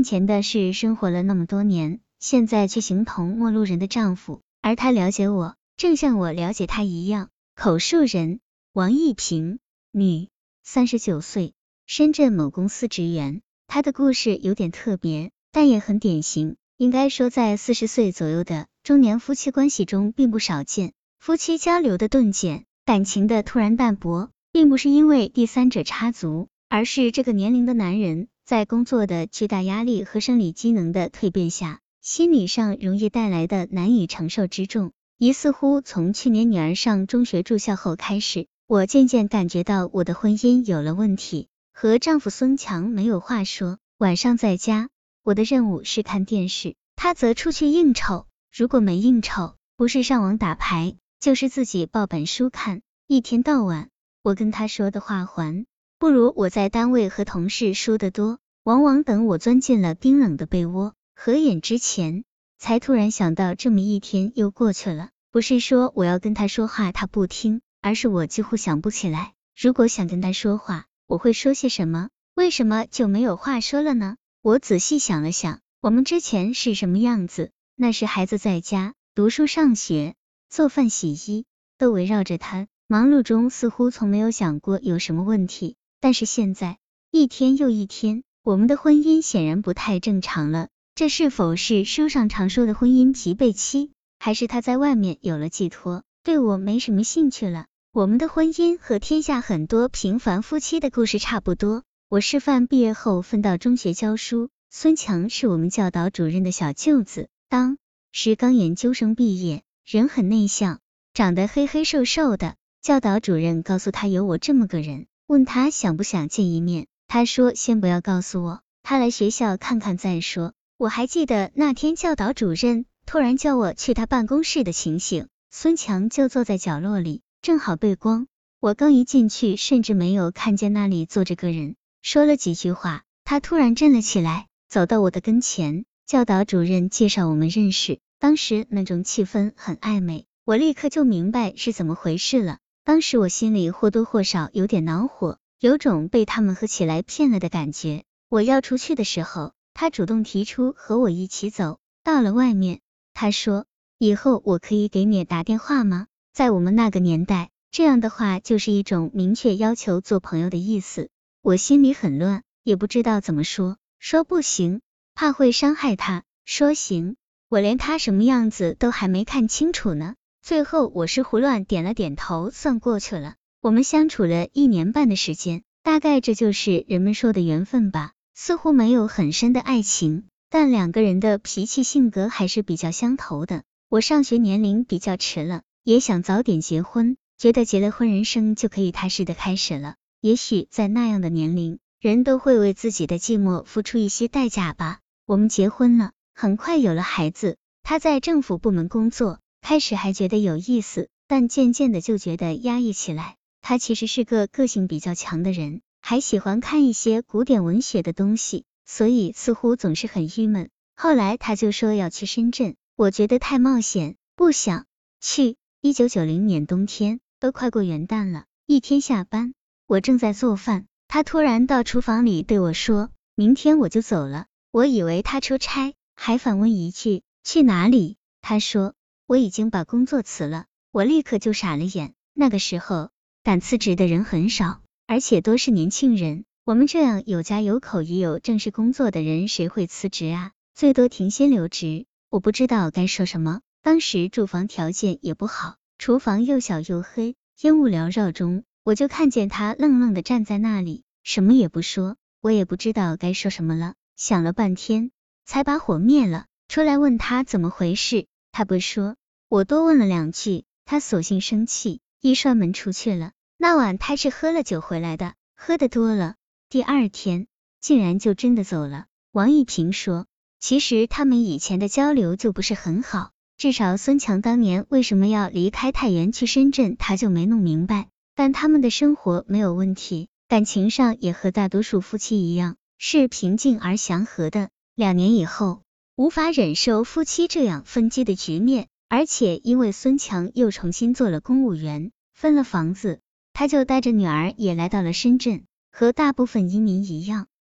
前的是生活了那么多年，现在却形同陌路人的丈夫，而他了解我，正像我了解他一样。口述人王艺平，女，39岁，深圳某公司职员。她的故事有点特别，但也很典型，应该说在40岁左右的中年夫妻关系中并不少见。夫妻交流的顿减，感情的突然淡薄，并不是因为第三者插足，而是这个年龄的男人在工作的巨大压力和生理机能的蜕变下，心理上容易带来的难以承受之重。似乎从去年女儿上中学住校后开始，我渐渐感觉到我的婚姻有了问题。和丈夫孙强没有话说，晚上在家，我的任务是看电视，他则出去应酬，如果没应酬，不是上网打牌，就是自己抱本书看，一天到晚，我跟他说的话还不如我在单位和同事说的多。往往等我钻进了冰冷的被窝，合眼之前，才突然想到这么一天又过去了。不是说我要跟他说话他不听，而是我几乎想不起来，如果想跟他说话，我会说些什么？为什么就没有话说了呢？我仔细想了想，我们之前是什么样子？那时孩子在家读书上学，做饭洗衣都围绕着他，忙碌中似乎从没有想过有什么问题。但是现在，一天又一天，我们的婚姻显然不太正常了。这是否是书上常说的婚姻疲惫期，还是他在外面有了寄托，对我没什么兴趣了？我们的婚姻和天下很多平凡夫妻的故事差不多。我师范毕业后分到中学教书，孙强是我们教导主任的小舅子，当时刚研究生毕业，人很内向，长得黑黑瘦瘦的。教导主任告诉他有我这么个人，问他想不想见一面，他说先不要告诉我，他来学校看看再说。我还记得那天教导主任突然叫我去他办公室的情形，孙强就坐在角落里，正好背光，我刚一进去甚至没有看见那里坐着个人。说了几句话，他突然站了起来，走到我的跟前，教导主任介绍我们认识。当时那种气氛很暧昧，我立刻就明白是怎么回事了。当时我心里或多或少有点恼火，有种被他们合起来骗了的感觉。我要出去的时候，他主动提出和我一起走。到了外面，他说，以后我可以给你打电话吗？在我们那个年代，这样的话就是一种明确要求做朋友的意思。我心里很乱，也不知道怎么说，说不行，怕会伤害他，说行，我连他什么样子都还没看清楚呢。最后我是胡乱点了点头，算过去了。我们相处了1年半的时间，大概这就是人们说的缘分吧。似乎没有很深的爱情，但两个人的脾气性格还是比较相投的。我上学年龄比较迟了，也想早点结婚，觉得结了婚人生就可以踏实的开始了。也许在那样的年龄，人都会为自己的寂寞付出一些代价吧。我们结婚了，很快有了孩子。他在政府部门工作，开始还觉得有意思，但渐渐的就觉得压抑起来。他其实是个个性比较强的人，还喜欢看一些古典文学的东西，所以似乎总是很郁闷。后来他就说要去深圳，我觉得太冒险，不想去。1990年冬天，都快过元旦了，一天下班，我正在做饭，他突然到厨房里对我说，明天我就走了。我以为他出差，还反问一句，去哪里？他说，我已经把工作辞了。我立刻就傻了眼，那个时候敢辞职的人很少，而且都是年轻人。我们这样有家有口也有正式工作的人，谁会辞职啊？最多停薪留职。我不知道该说什么，当时住房条件也不好，厨房又小又黑，烟雾缭绕中，我就看见他愣愣的站在那里，什么也不说。我也不知道该说什么了，想了半天，才把火灭了，出来问他怎么回事，他不说，我多问了2句，他索性生气，一摔门出去了。那晚他是喝了酒回来的，喝得多了，第2天竟然就真的走了。王艺平说，其实他们以前的交流就不是很好，至少孙强当年为什么要离开太原去深圳，他就没弄明白。但他们的生活没有问题，感情上也和大多数夫妻一样，是平静而祥和的。2年以后，无法忍受夫妻这样分居的局面，而且因为孙强又重新做了公务员，分了房子，他就带着女儿也来到了深圳。和大部分移民一样，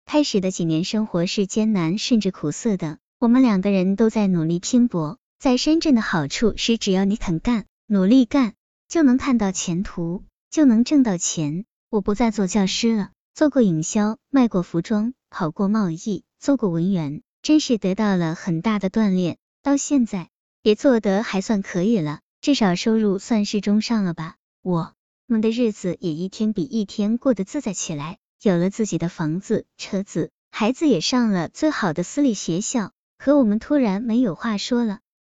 开始的几年生活是艰难甚至苦涩的，我们两个人都在努力拼搏。在深圳的好处是只要你肯干，努力干，就能看到前途，就能挣到钱。我不再做教师了，做过营销，卖过服装，跑过贸易，做过文员，真是得到了很大的锻炼。到现在也做得还算可以了，至少收入算是中上了吧。我们的日子也一天比一天过得自在起来，有了自己的房子、车子，孩子也上了最好的私立学校。可我们突然没有话说了，